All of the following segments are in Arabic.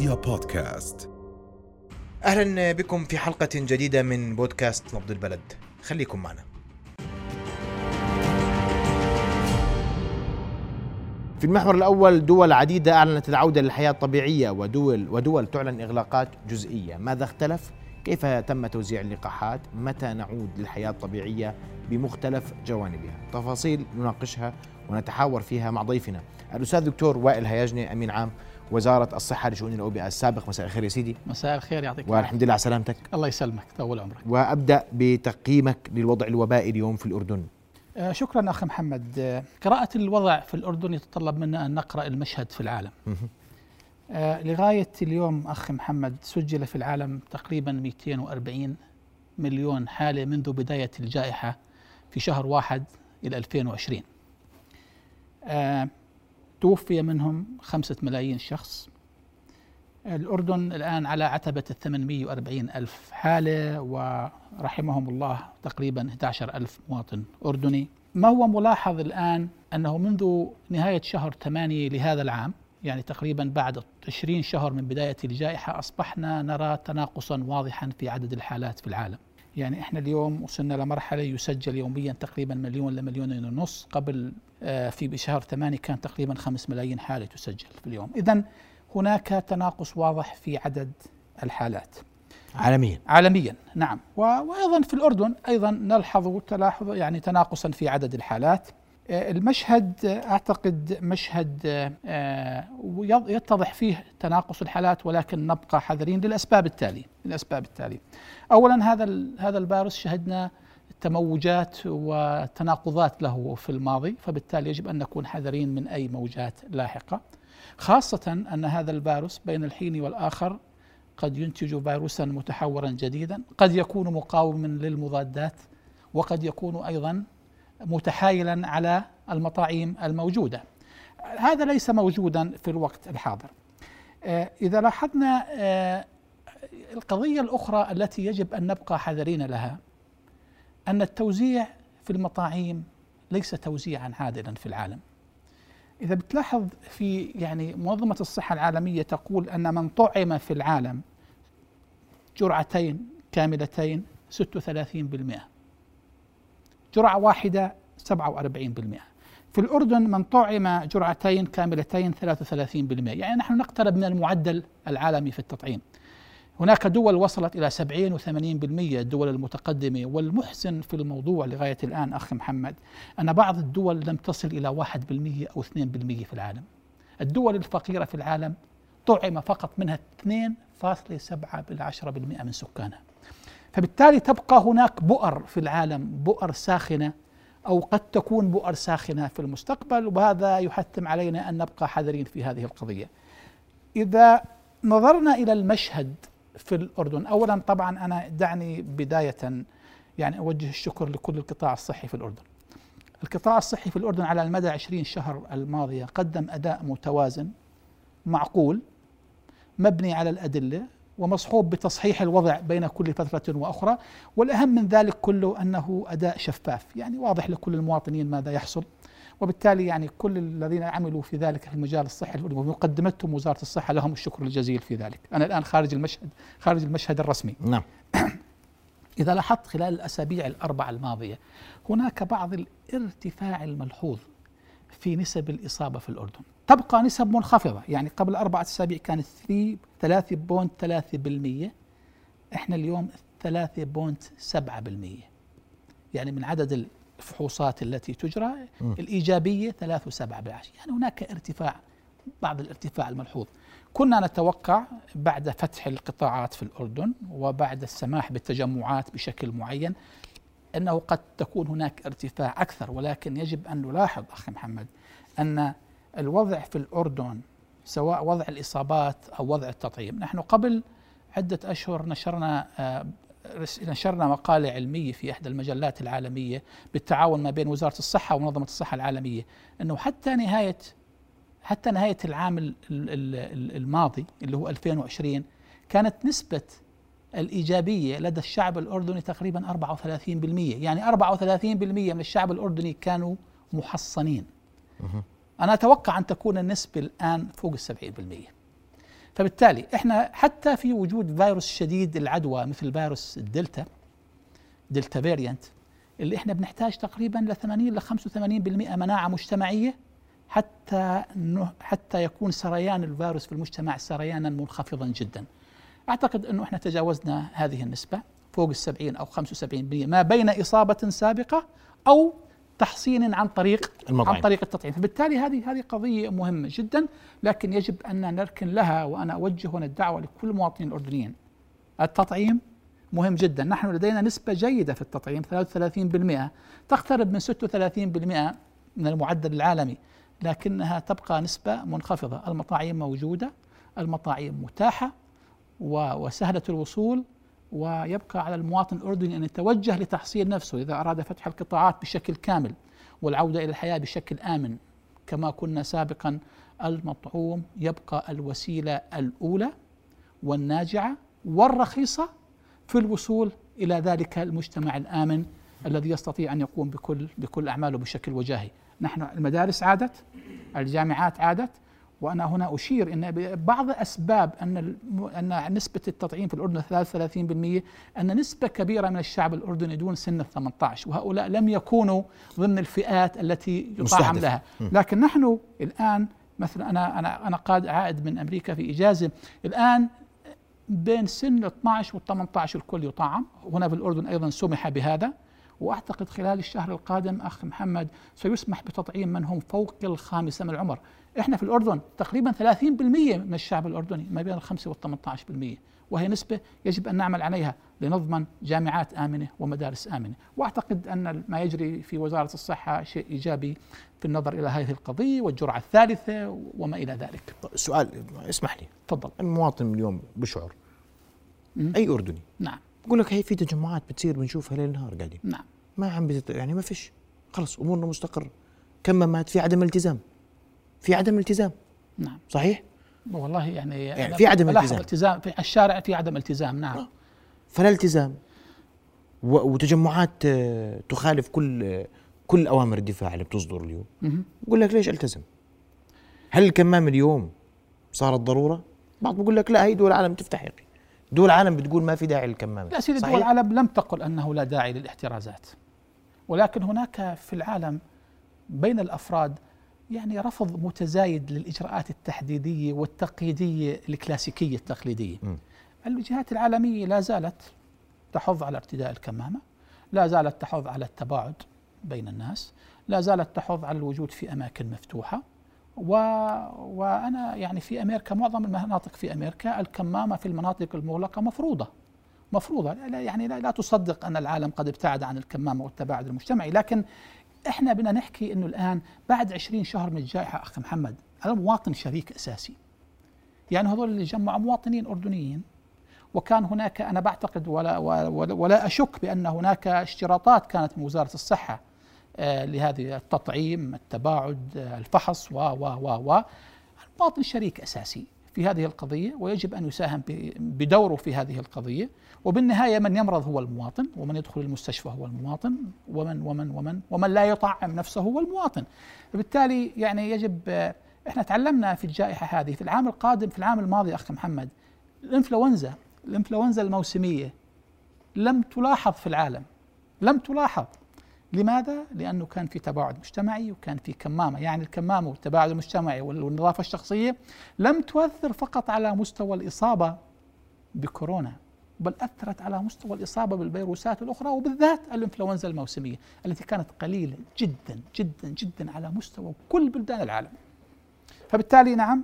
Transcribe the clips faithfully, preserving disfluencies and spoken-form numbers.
رؤيا بودكاست. أهلا بكم في حلقة جديدة من بودكاست نبض البلد، خليكم معنا. في المحور الأول دول عديدة أعلنت العودة للحياة الطبيعية ودول ودول تعلن إغلاقات جزئية. ماذا اختلف؟ كيف تم توزيع اللقاحات؟ متى نعود للحياة الطبيعية بمختلف جوانبها؟ تفاصيل نناقشها ونتحاور فيها مع ضيفنا الأستاذ دكتور وائل هياجني، أمين عام وزارة الصحة لشؤون الأوبئة السابق. مساء الخير يا سيدي. مساء الخير، يعطيك والحمد لله على سلامتك. الله يسلمك، طول عمرك. وأبدأ بتقييمك للوضع الوبائي اليوم في الأردن. آه شكرا أخي محمد. آه قراءة الوضع في الأردن يتطلب منا أن نقرأ المشهد في العالم. آه لغاية اليوم أخي محمد سجل في العالم تقريبا مئتين وأربعين مليون حالة منذ بداية الجائحة في شهر واحد إلى ألفين وعشرين. آه توفي منهم خمسة ملايين شخص. الأردن الآن على عتبة الثمانمئة وأربعين ألف حالة، ورحمهم الله تقريبا أحد عشر ألف مواطن أردني. ما هو ملاحظ الآن أنه منذ نهاية شهر ثمانية لهذا العام، يعني تقريبا بعد عشرين شهر من بداية الجائحة، أصبحنا نرى تناقصا واضحا في عدد الحالات في العالم. يعني إحنا اليوم وصلنا لمرحلة يسجل يوميا تقريبا مليون لمليون ونص. قبل في بشهر ثمانية كان تقريبا خمس ملايين حالة تسجل في اليوم. إذن هناك تناقص واضح في عدد الحالات عالميا. عالميا نعم. وأيضا في الأردن أيضا نلحظ تلاحظ يعني تناقصا في عدد الحالات. المشهد أعتقد مشهد يتضح فيه تناقص الحالات، ولكن نبقى حذرين للأسباب التالية الأسباب التالية أولا هذا هذا الفيروس شهدنا تموجات وتناقضات له في الماضي، فبالتالي يجب أن نكون حذرين من أي موجات لاحقة، خاصة أن هذا الفيروس بين الحين والآخر قد ينتج فيروسا متحورا جديدا، قد يكون مقاوما للمضادات، وقد يكون أيضا متحايلا على المطاعيم الموجودة. هذا ليس موجودا في الوقت الحاضر. إذا لاحظنا القضية الأخرى التي يجب أن نبقى حذرين لها، أن التوزيع في المطاعيم ليس توزيعا عادلا في العالم. إذا بتلاحظ في يعني منظمة الصحة العالمية تقول أن من طعم في العالم جرعتين كاملتين ستة وثلاثين بالمئة، جرعة واحدة سبعة وأربعين بالمئة. في الأردن من طعم جرعتين كاملتين ثلاثة وثلاثين بالمئة، يعني نحن نقترب من المعدل العالمي في التطعيم. هناك دول وصلت إلى سبعين وثمانين بالمئة، الدول المتقدمة. والمحزن في الموضوع لغاية الآن أخي محمد أن بعض الدول لم تصل إلى واحد بالمئة أو اثنين بالمئة في العالم. الدول الفقيرة في العالم طعم فقط منها اثنين فاصلة سبعة بالمئة من سكانها. فبالتالي تبقى هناك بؤر في العالم، بؤر ساخنة أو قد تكون بؤر ساخنة في المستقبل، وهذا يحتم علينا أن نبقى حذرين في هذه القضية. إذا نظرنا إلى المشهد في الأردن، أولا طبعا أنا دعني بداية يعني أوجه الشكر لكل القطاع الصحي في الأردن. القطاع الصحي في الأردن على المدى عشرين شهر الماضية قدم أداء متوازن معقول مبني على الأدلة ومصحوب بتصحيح الوضع بين كل فترة وأخرى، والأهم من ذلك كله أنه أداء شفاف، يعني واضح لكل المواطنين ماذا يحصل. وبالتالي يعني كل الذين عملوا في ذلك في المجال الصحي ومقدمتهم وزارة الصحة لهم الشكر الجزيل في ذلك. أنا الآن خارج المشهد خارج المشهد الرسمي. نعم. إذا لاحظت خلال الأسابيع الأربعة الماضية هناك بعض الارتفاع الملحوظ في نسب الإصابة في الأردن، تبقى نسب منخفضة. يعني قبل أربعة أسابيع كانت ثلاثة فاصلة ثلاثة بالمئة، إحنا اليوم ثلاثة فاصلة سبعة بالمئة، يعني من عدد الفحوصات التي تجرى م. الإيجابية ثلاثة فاصلة سبعة بالعشرة، يعني هناك ارتفاع، بعض الارتفاع الملحوظ. كنا نتوقع بعد فتح القطاعات في الأردن وبعد السماح بالتجمعات بشكل معين أنه قد تكون هناك ارتفاع أكثر، ولكن يجب أن نلاحظ أخي محمد أن الوضع في الأردن سواء وضع الإصابات أو وضع التطعيم، نحن قبل عدة أشهر نشرنا آه نشرنا مقالة علمية في إحدى المجلات العالمية بالتعاون ما بين وزارة الصحة ومنظمة الصحة العالمية، أنه حتى نهاية حتى نهاية العام الماضي اللي هو ألفين وعشرين كانت نسبة الإيجابية لدى الشعب الأردني تقريبا أربعة وثلاثين بالمئة، يعني أربعة وثلاثين بالمئة من الشعب الأردني كانوا محصنين. أنا أتوقع أن تكون النسبة الآن فوق السبعين بالمئة. فبالتالي احنا حتى في وجود فيروس شديد العدوى مثل فيروس الدلتا دلتا فاريانت اللي احنا بنحتاج تقريبا ل ثمانين ل خمسة وثمانين بالمئة مناعه مجتمعيه حتى حتى يكون سريان الفيروس في المجتمع سريانا منخفضا جدا. اعتقد انه احنا تجاوزنا هذه النسبه فوق السبعين او خمسة وسبعين بالمئة ما بين اصابه سابقه او تحصين عن طريق المطعم. عن طريق التطعيم. فبالتالي هذه هذه قضيه مهمه جدا، لكن يجب ان نركن لها. وانا اوجه هنا الدعوه لكل المواطنين الاردنيين، التطعيم مهم جدا. نحن لدينا نسبه جيده في التطعيم ثلاثة وثلاثين بالمئة تقترب من ستة وثلاثين بالمئة من المعدل العالمي، لكنها تبقى نسبه منخفضه. المطاعيم موجوده، المطاعيم متاحه وسهله الوصول، ويبقى على المواطن الأردني أن يتوجه لتحصيل نفسه إذا أراد فتح القطاعات بشكل كامل والعودة إلى الحياة بشكل آمن كما كنا سابقا. المطعوم يبقى الوسيلة الأولى والناجعة والرخيصة في الوصول إلى ذلك المجتمع الآمن الذي يستطيع أن يقوم بكل بكل أعماله بشكل وجاهي. نحن المدارس عادت، الجامعات عادت، وأنا هنا أشير أن بعض أسباب أن أن نسبة التطعيم في الأردن ثلاثة وثلاثين بالمئة أن نسبة كبيرة من الشعب الأردني دون سن الثمانية عشر، وهؤلاء لم يكونوا ضمن الفئات التي يطعم لها. لكن نحن الآن مثلا أنا أنا أنا قاد عائد من أمريكا في إجازة، الآن بين سن اثني عشر والثمانية عشر الكل يطعم. هنا في الأردن أيضا سمح بهذا، وأعتقد خلال الشهر القادم أخ محمد سيسمح بتطعيم من هم فوق الخامسة من العمر. إحنا في الأردن تقريبا ثلاثين بالمئة من الشعب الأردني ما بين الخمسة والثمانية عشر بالمئة، وهي نسبة يجب أن نعمل عليها لنضمن جامعات آمنة ومدارس آمنة. وأعتقد أن ما يجري في وزارة الصحة شيء إيجابي في النظر إلى هذه القضية والجرعة الثالثة وما إلى ذلك. سؤال اسمح لي، تفضل. المواطن اليوم بشعر أي أردني نعم بقول لك هي في تجمعات بتصير بنشوفها ليل نهار قاعدين، نعم ما عم بتت... يعني ما فيش، خلص أمورنا مستقرة. كمامات، في عدم التزام، في عدم التزام. نعم صحيح. والله يعني, يعني في عدم التزام. التزام في الشارع، في عدم التزام. نعم. فلا التزام و... وتجمعات تخالف كل كل أوامر الدفاع اللي بتصدر اليوم. بقول لك ليش التزم؟ هل الكمام اليوم صارت ضرورة؟ بعض بقول لك لا، هي دول العالم تفتح يقي، دول العالم بتقول ما في داعي للكمامة. لا سيدي، دول العالم لم تقل أنه لا داعي للاحترازات، ولكن هناك في العالم بين الأفراد يعني رفض متزايد للإجراءات التحديدية والتقييدية الكلاسيكية التقليدية. م. الجهات العالمية لا زالت تحض على ارتداء الكمامة، لا زالت تحض على التباعد بين الناس، لا زالت تحض على الوجود في أماكن مفتوحة. و... وأنا يعني في أمريكا، معظم المناطق في أمريكا الكمامة في المناطق المغلقة مفروضة مفروضة لا يعني لا, لا تصدق أن العالم قد ابتعد عن الكمامة والتباعد المجتمعي. لكن إحنا بدنا نحكي أنه الآن بعد عشرين شهر من الجائحة أخ محمد، المواطن شريك أساسي. يعني هذول اللي جمعوا مواطنين أردنيين، وكان هناك أنا بعتقد ولا, ولا, ولا أشك بأن هناك اشتراطات كانت من وزارة الصحة آه لهذه التطعيم، التباعد، آه الفحص و و و و المواطن شريك أساسي في هذه القضية، ويجب أن يساهم بدوره في هذه القضية. وبالنهاية من يمرض هو المواطن، ومن يدخل المستشفى هو المواطن، ومن ومن ومن ومن لا يطعم نفسه هو المواطن. فبالتالي يعني يجب، احنا تعلمنا في الجائحة هذه في العام القادم، في العام الماضي أخي محمد، الإنفلونزا الإنفلونزا الموسمية لم تلاحظ في العالم، لم تلاحظ. لماذا؟ لأنه كان في تباعد مجتمعي وكان في كمامة. يعني الكمامة والتباعد المجتمعي والنظافة الشخصية لم تؤثر فقط على مستوى الإصابة بكورونا، بل أثرت على مستوى الإصابة بالفيروسات الأخرى، وبالذات الإنفلونزا الموسمية التي كانت قليلة جدا جدا جدا على مستوى كل بلدان العالم. فبالتالي نعم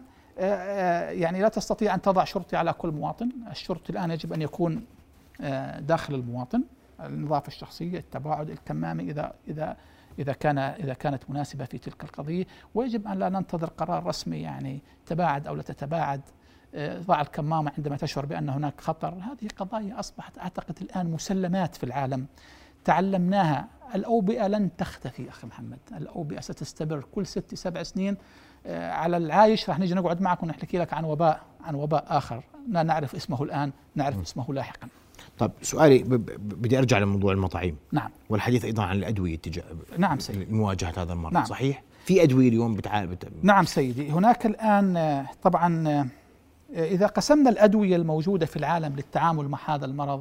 يعني لا تستطيع أن تضع شرطي على كل مواطن. الشرطي الآن يجب أن يكون داخل المواطن، النظافة الشخصية، التباعد، الكمامة إذا إذا إذا كان إذا كانت مناسبة في تلك القضية. ويجب أن لا ننتظر قرار رسمي يعني تباعد أو لا تتباعد، ضع الكمامة عندما تشعر بأن هناك خطر. هذه قضايا أصبحت أعتقد الآن مسلمات في العالم تعلمناها. الأوبئة لن تختفي أخي محمد، الأوبئة ستستمر كل ست سبع سنين. على العايش راح نيجي نقعد معك ونحكي لك عن وباء عن وباء آخر لا نعرف اسمه الآن، نعرف م. اسمه لاحقا. طب سؤالي بدي أرجع لموضوع المطاعيم. نعم. والحديث أيضا عن الأدوية تجاه نعم سيدي مواجهة هذا المرض. نعم. صحيح في أدوية اليوم بتعالج بت... نعم سيدي. هناك الآن طبعا إذا قسمنا الأدوية الموجودة في العالم للتعامل مع هذا المرض،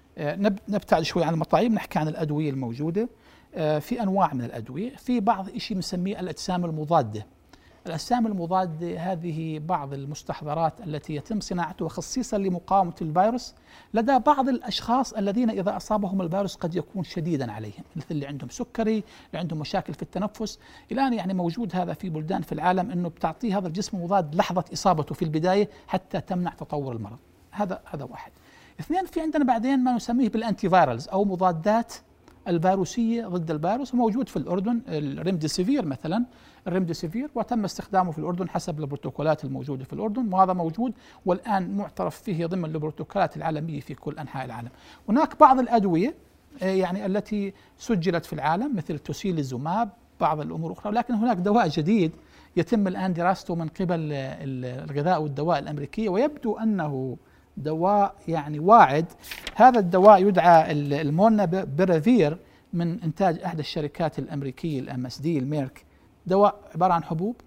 نبتعد شوي عن المطاعيم، نحكي عن الأدوية الموجودة. في أنواع من الأدوية، في بعض شيء بنسميه الأجسام المضادة. الأجسام المضادة هذه بعض المستحضرات التي يتم صناعتها خصيصا لمقاومة الفيروس لدى بعض الأشخاص الذين إذا أصابهم الفيروس قد يكون شديدا عليهم، مثل اللي عندهم سكري، اللي عندهم مشاكل في التنفس. الآن يعني موجود هذا في بلدان في العالم أنه بتعطيه هذا الجسم المضاد لحظة إصابته في البداية حتى تمنع تطور المرض. هذا هذا واحد. اثنين، في عندنا بعدين ما نسميه بالأنتي فايرالز أو مضادات الفيروسية ضد الفيروس، وموجود في الأردن الريمديسيفير مثلا، الريمديسيفير وتم استخدامه في الأردن حسب البروتوكولات الموجودة في الأردن، وهذا موجود والآن معترف فيه ضمن البروتوكولات العالمية في كل أنحاء العالم. هناك بعض الأدوية يعني التي سجلت في العالم مثل توسيليزوماب، بعض الأمور الأخرى، لكن هناك دواء جديد يتم الآن دراسته من قبل الغذاء والدواء الأمريكية، ويبدو أنه دواء يعني واعد. هذا الدواء يدعى المونا بيرافير من إنتاج أحد الشركات الأمريكية الام اس دي الميرك. دواء عبارة عن حبوب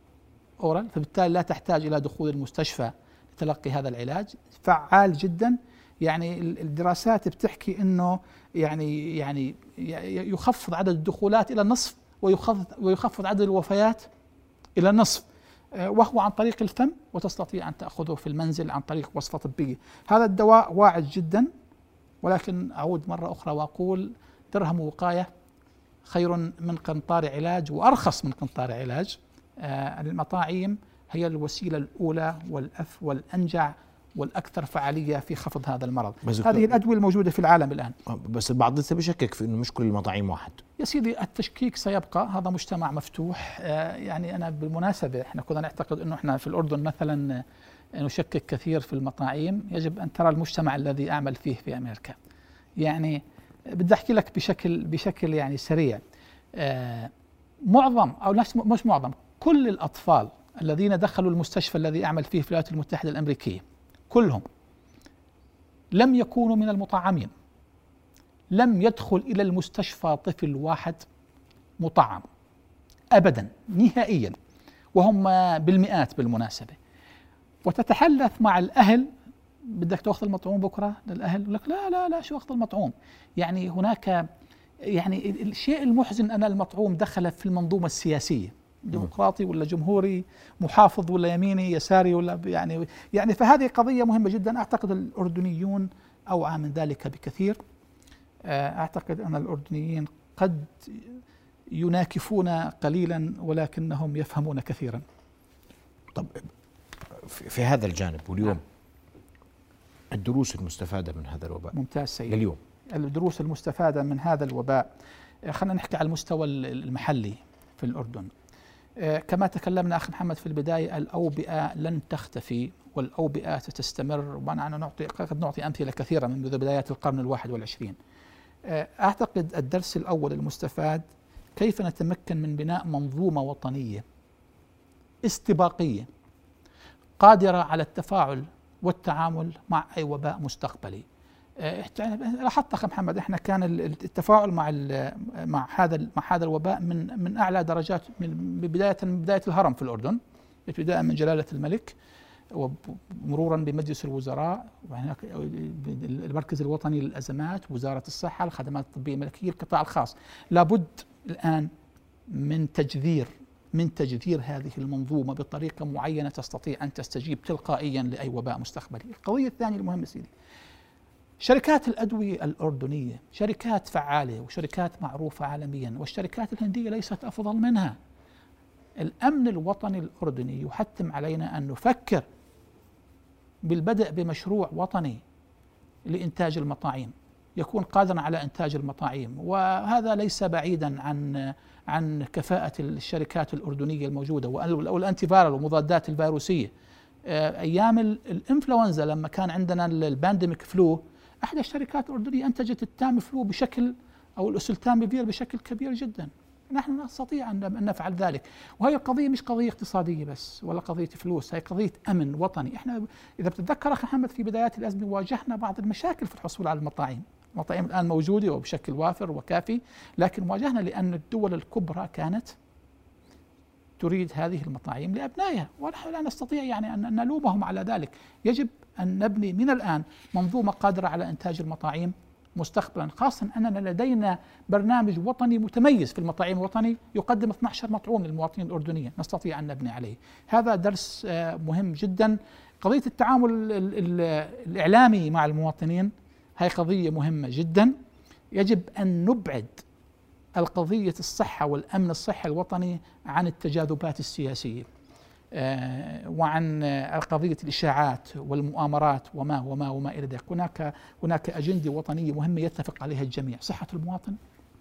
أورال، فبالتالي لا تحتاج إلى دخول المستشفى لتلقي هذا العلاج، فعال جدا. يعني الدراسات بتحكي إنه يعني يعني يخفض عدد الدخولات إلى النصف، ويخفض ويخفض عدد الوفيات إلى النصف، وهو عن طريق الفم، وتستطيع أن تأخذه في المنزل عن طريق وصفة طبية. هذا الدواء واعد جدا، ولكن أعود مرة أخرى وأقول درهم وقاية خير من قنطار علاج، وأرخص من قنطار علاج. آه المطاعيم هي الوسيلة الأولى والأف والأنجع والأكثر فعالية في خفض هذا المرض. هذه الأدوية الموجودة في العالم الآن. بس البعض لسه بشكك في أنه مش كل المطاعيم واحد. يا سيدي التشكيك سيبقى، هذا مجتمع مفتوح. آه يعني أنا بالمناسبة إحنا كنا نعتقد أنه إحنا في الأردن مثلا نشكك كثير في المطاعيم. يجب أن ترى المجتمع الذي أعمل فيه في أمريكا. يعني بدي أحكي لك بشكل بشكل يعني سريع. آه معظم أو مش معظم كل الأطفال الذين دخلوا المستشفى الذي أعمل فيه في الولايات المتحدة الأمريكية كلهم لم يكونوا من المطعمين. لم يدخل إلى المستشفى طفل واحد مطعم أبدا نهائيا، وهم بالمئات بالمناسبة. وتتحدث مع الأهل، بدك تأخذ المطعوم بكرة للأهل، يقول لك لا لا لا شو أخذ المطعوم. يعني هناك يعني الشيء المحزن أن المطعوم دخل في المنظومة السياسية، ديمقراطي ولا جمهوري، محافظ ولا يميني يساري ولا يعني يعني فهذه قضية مهمة جدا. أعتقد الأردنيون أوعى من ذلك بكثير. أعتقد أن الأردنيين قد يناكفون قليلا ولكنهم يفهمون كثيرا. طب في هذا الجانب واليوم نعم. الدروس المستفادة من هذا الوباء. ممتاز سيدي. اليوم الدروس المستفادة من هذا الوباء، خلينا نحكي على المستوى المحلي في الأردن. كما تكلمنا أخي محمد في البداية، الأوبئة لن تختفي والأوبئة ستستمر، وأنا نعطي قد نعطي أمثلة كثيرة منذ بدايات القرن الواحد والعشرين. أعتقد الدرس الأول المستفاد كيف نتمكن من بناء منظومة وطنية استباقية قادرة على التفاعل والتعامل مع أي وباء مستقبلي. لاحظت أخي محمد احنا كان التفاعل مع مع هذا مع هذا الوباء من من اعلى درجات، من بدايه من بدايه الهرم في الاردن، ابتداء من جلاله الملك ومرورا بمجلس الوزراء، وهناك المركز الوطني للازمات، وزاره الصحه، الخدمات الطبيه الملكيه، القطاع الخاص. لابد الان من تجذير من تجذير هذه المنظومه بطريقه معينه تستطيع ان تستجيب تلقائيا لاي وباء مستقبلي. القضيه الثانيه المهمه سيدي، شركات الأدوية الأردنية شركات فعالة وشركات معروفة عالميا، والشركات الهندية ليست أفضل منها. الأمن الوطني الأردني يحتم علينا أن نفكر بالبدء بمشروع وطني لإنتاج المطاعيم، يكون قادرا على إنتاج المطاعيم، وهذا ليس بعيدا عن عن كفاءة الشركات الأردنية الموجودة والأنتي فايرال ومضادات الفيروسية. أيام الإنفلونزا لما كان عندنا البانديميك فلو، أحد الشركات الأردنية أنتجت التام فلو بشكل أو الأسلتاميفير بشكل كبير جدا. نحن نستطيع أن نفعل ذلك، وهي القضية مش قضية اقتصادية بس ولا قضية فلوس، هي قضية أمن وطني. إحنا إذا بتتذكر أخي محمد في بدايات الأزمة واجهنا بعض المشاكل في الحصول على المطاعم. المطاعم الآن موجودة وبشكل وافر وكافي، لكن واجهنا لأن الدول الكبرى كانت تريد هذه المطاعيم لأبنائها، ونحن لا نستطيع يعني أن نلومهم على ذلك. يجب أن نبني من الآن منظومة قادرة على إنتاج المطاعيم مستقبلا، خاصة أننا لدينا برنامج وطني متميز في المطاعيم الوطني يقدم اثني عشر مطعوم للمواطنين الأردنيين، نستطيع أن نبني عليه. هذا درس مهم جدا. قضية التعامل الإعلامي مع المواطنين هي قضية مهمة جدا. يجب أن نبعد القضية الصحة والأمن الصحي الوطني عن التجاذبات السياسية وعن قضية الإشاعات والمؤامرات وما وما وما إلى ذلك. هناك هناك أجندة وطنية مهمة يتفق عليها الجميع، صحة المواطن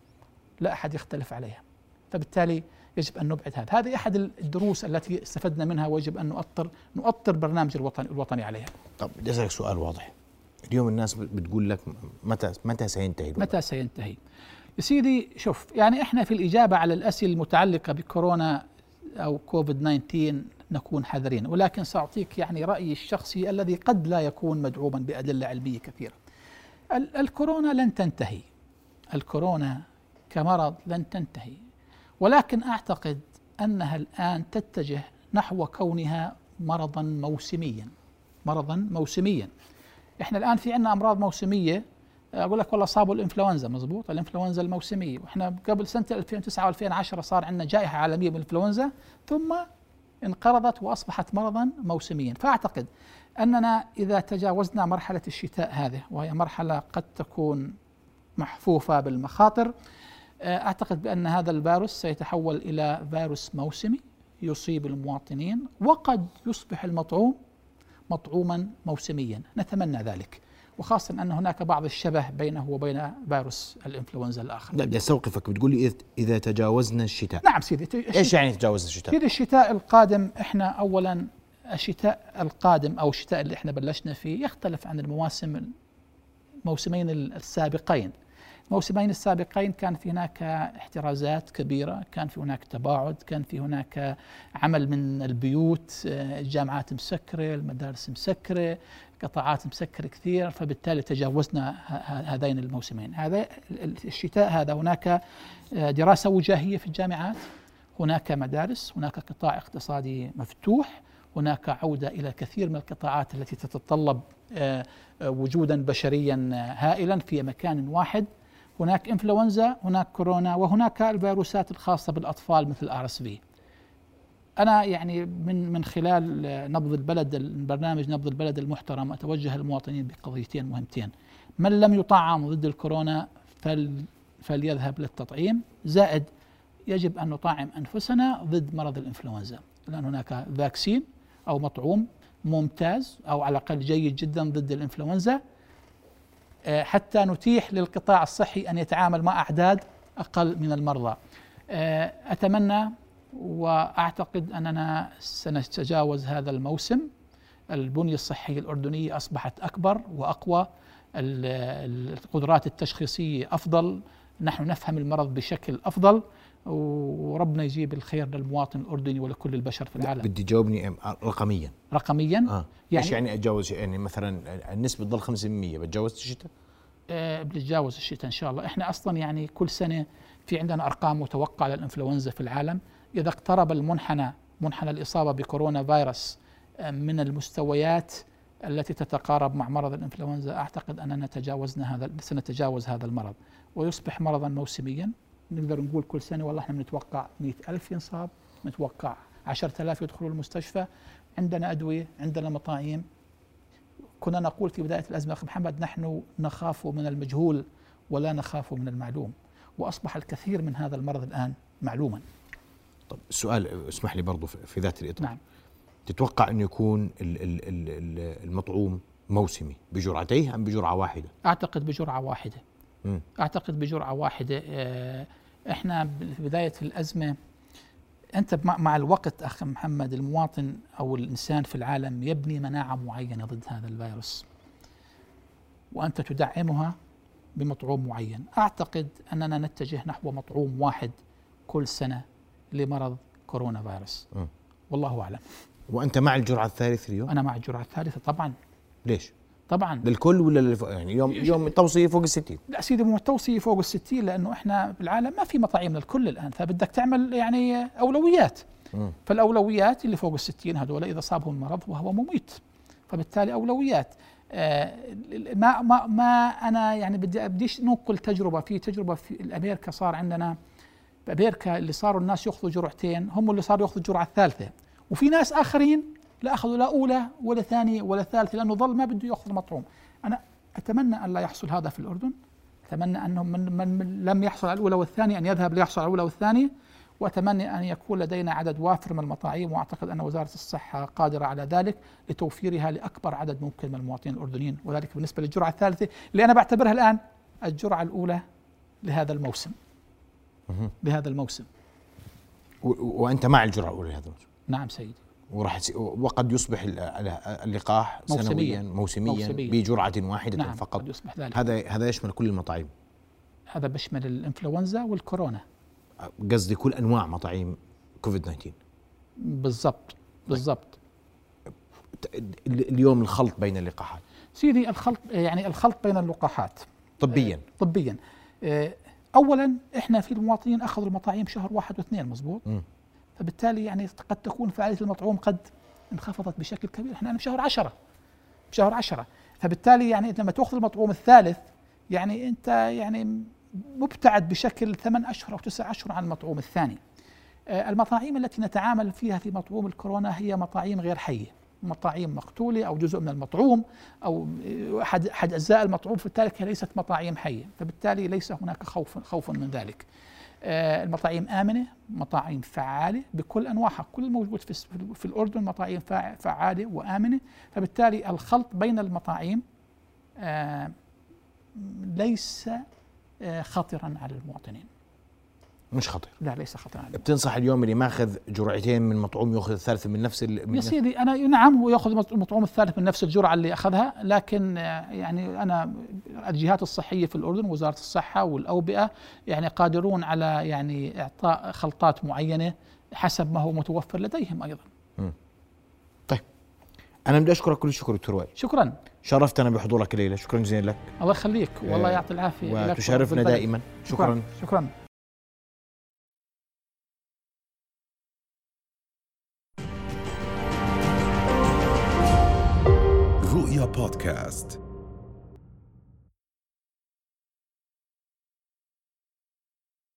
لا أحد يختلف عليها، فبالتالي يجب أن نبعد هذا. هذه أحد الدروس التي استفدنا منها، ويجب أن نؤطر نؤطر برنامج الوطني الوطني عليها. طب بدي أسألك سؤال واضح. اليوم الناس بتقول لك متى متى سينتهي الوضع؟ متى سينتهي؟ يا سيدي شوف، يعني احنا في الإجابة على الأسئلة المتعلقة بكورونا أو كوفيد تسعة عشر نكون حذرين، ولكن سأعطيك يعني رأيي الشخصي الذي قد لا يكون مدعوما بأدلة علمية كثيرة. الكورونا لن تنتهي، الكورونا كمرض لن تنتهي، ولكن أعتقد أنها الآن تتجه نحو كونها مرضا موسميا، مرضا موسميا. احنا الآن في عندنا أمراض موسمية، أقول لك والله صابوا الإنفلونزا، مزبوط، الإنفلونزا الموسمية، وإحنا قبل سنة ألفين وتسعة وألفين وعشرة صار عندنا جائحة عالمية بالإنفلونزا، ثم انقرضت وأصبحت مرضا موسميا. فأعتقد أننا إذا تجاوزنا مرحلة الشتاء هذه، وهي مرحلة قد تكون محفوفة بالمخاطر، أعتقد بأن هذا الفيروس سيتحول إلى فيروس موسمي يصيب المواطنين، وقد يصبح المطعوم مطعوما موسميا، نتمنى ذلك، وخاصة أن هناك بعض الشبه بينه وبين فيروس الإنفلونزا الآخر. لا بدي أستوقفك، بتقول لي إذا تجاوزنا الشتاء. نعم سيدي. إيش يعني تجاوزنا الشتاء؟ سيدي الشتاء القادم، إحنا أولا الشتاء القادم أو الشتاء اللي إحنا بلشنا فيه يختلف عن المواسم الموسمين السابقين. الموسمين السابقين كان في هناك احترازات كبيرة، كان في هناك تباعد، كان في هناك عمل من البيوت، الجامعات مسكرة، المدارس مسكرة، قطاعات مسكرة كثير، فبالتالي تجاوزنا هذين الموسمين. هذا الشتاء هذا هناك دراسة وجاهية في الجامعات، هناك مدارس، هناك قطاع اقتصادي مفتوح، هناك عودة إلى كثير من القطاعات التي تتطلب وجودا بشريا هائلا في مكان واحد. هناك إنفلونزا، هناك كورونا، وهناك الفيروسات الخاصة بالأطفال مثل آر إس في. أنا يعني من من خلال نبض البلد، برنامج نبض البلد المحترم، أتوجه للمواطنين بقضيتين مهمتين: من لم يطعم ضد الكورونا فل فليذهب للتطعيم، زائد يجب أن نطعم أنفسنا ضد مرض الإنفلونزا، لأن هناك فاكسين أو مطعوم ممتاز أو على الأقل جيد جدا ضد الإنفلونزا، حتى نتيح للقطاع الصحي أن يتعامل مع أعداد أقل من المرضى. أتمنى وأعتقد أننا سنتجاوز هذا الموسم. البنية الصحية الأردنية أصبحت أكبر وأقوى، القدرات التشخيصية أفضل، نحن نفهم المرض بشكل أفضل، وربنا يجيب الخير للمواطن الأردني ولكل البشر في العالم. بدي تجاوبني رقميا. رقميا؟ آه. يعني ايش يعني اتجاوز؟ يعني مثلا النسبة تضل خمسة بالمئة، بتجاوز الشتاء؟ آه بنتجاوز الشتاء إن شاء الله. إحنا أصلا يعني كل سنة في عندنا أرقام متوقعة للإنفلونزا في العالم. إذا اقترب المنحنى منحنى الإصابة بكورونا فيروس من المستويات التي تتقارب مع مرض الإنفلونزا، أعتقد أننا تجاوزنا هذا، سنتجاوز هذا المرض ويصبح مرضا موسميا. نقدر نقول كل سنة والله احنا بنتوقع مئة ألف ينصاب، نتوقع عشرة آلاف يدخلوا المستشفى، عندنا أدوية، عندنا مطاعيم. كنا نقول في بداية الأزمة أخي محمد: نحن نخاف من المجهول ولا نخاف من المعلوم، وأصبح الكثير من هذا المرض الآن معلوما. طب السؤال اسمح لي برضو في ذات الإطار. نعم. تتوقع أن يكون المطعوم موسمي بجرعتيه أم بجرعة واحدة؟ أعتقد بجرعة واحدة. م. أعتقد بجرعة واحدة. إحنا في بداية الأزمة، أنت مع الوقت أخي محمد المواطن أو الإنسان في العالم يبني مناعة معينة ضد هذا الفيروس، وأنت تدعمها بمطعوم معين. أعتقد أننا نتجه نحو مطعوم واحد كل سنة لمرض كورونا فيروس. م. والله أعلم. وأنت مع الجرعة الثالثة اليوم؟ أنا مع الجرعة الثالثة طبعا. ليش؟ طبعا للكل ولا للف... يعني يوم يوم التوصية فوق الستين؟ لا سيدي، مو التوصية فوق الستين، لأنه إحنا بالعالم ما في مطاعيم للكل الآن، فبدك تعمل يعني أولويات. م. فالأولويات اللي فوق الستين هذول إذا صابهم المرض وهو مميت، فبالتالي أولويات. آه ما ما ما أنا يعني بدي أبديش ننقل تجربة في تجربة في أمريكا. صار عندنا بأمريكا اللي صاروا الناس يأخذوا جرعتين هم اللي صاروا يأخذوا الجرعة الثالثة، وفي ناس آخرين لا أخذوا لا أولى ولا ثانية ولا ثالثة لأنه ظل ما بده يأخذ المطعوم. أنا أتمنى أن لا يحصل هذا في الأردن، أتمنى أنه من, من, من لم يحصل على الأولى والثانية أن يذهب ليحصل على الأولى والثانية، وأتمنى أن يكون لدينا عدد وافر من المطاعيم، وأعتقد أن وزارة الصحة قادرة على ذلك لتوفيرها لأكبر عدد ممكن من المواطنين الأردنيين. وذلك بالنسبة للجرعة الثالثة اللي أنا بعتبرها الآن الجرعة الأولى لهذا الموسم لهذا الموسم. وأنت مع الجرعة الأولى لهذا الموسم؟ نعم سيدي. وراح وقد يصبح اللقاح سنويا موسميا, موسميا بجرعة واحدة نعم فقط. قد يصبح ذلك. هذا هذا يشمل كل المطاعيم؟ هذا بيشمل الإنفلونزا والكورونا. قصدي كل أنواع مطاعيم كوفيد تسعة عشر. بالضبط بالضبط. اليوم الخلط بين اللقاحات سيدي، الخلط يعني الخلط بين اللقاحات طبيا طبيا أولا إحنا في المواطنين أخذوا المطاعيم شهر واحد واثنين مزبوط، م. فبالتالي يعني قد تكون فعالية المطعوم قد انخفضت بشكل كبير. إحنا بشهر عشرة بشهر عشرة فبالتالي يعني لما تأخذ المطعوم الثالث يعني أنت يعني مبتعد بشكل ثمان أشهر أو تسع أشهر عن المطعوم الثاني. المطاعيم التي نتعامل فيها في مطعوم الكورونا هي مطاعيم غير حية، مطاعيم مقتولة أو جزء من المطعوم أو أحد أحد أجزاء المطعوم، فبالتالي ليست مطاعيم حية، فبالتالي ليس هناك خوف خوف من ذلك. المطاعيم آمنة، مطاعيم فعالة بكل أنواعها، كل الموجود في في الأردن مطاعيم فعالة وآمنة، فبالتالي الخلط بين المطاعيم ليس خطرا على المواطنين. مش خطر؟ لا ليس خطرا عليه. بتنصح اليوم اللي ماخذ جرعتين من مطعوم ياخذ الثالثة من نفس من يا سيدي أنا نعم هو ياخذ المطعوم الثالث من نفس الجرعة اللي أخذها، لكن يعني أنا الجهات الصحية في الأردن وزارة الصحة والأوبئة يعني قادرون على يعني إعطاء خلطات معينة حسب ما هو متوفر لديهم أيضا. م. طيب أنا بدي أشكرك كل الشكر دكتور وائل. شكرا. شرفتنا بحضورك الليلة، شكرا جزيلا لك. الله يخليك والله يعطي العافية. وتشرفنا دائما. شكرا. شكرا. رؤيا بودكاست.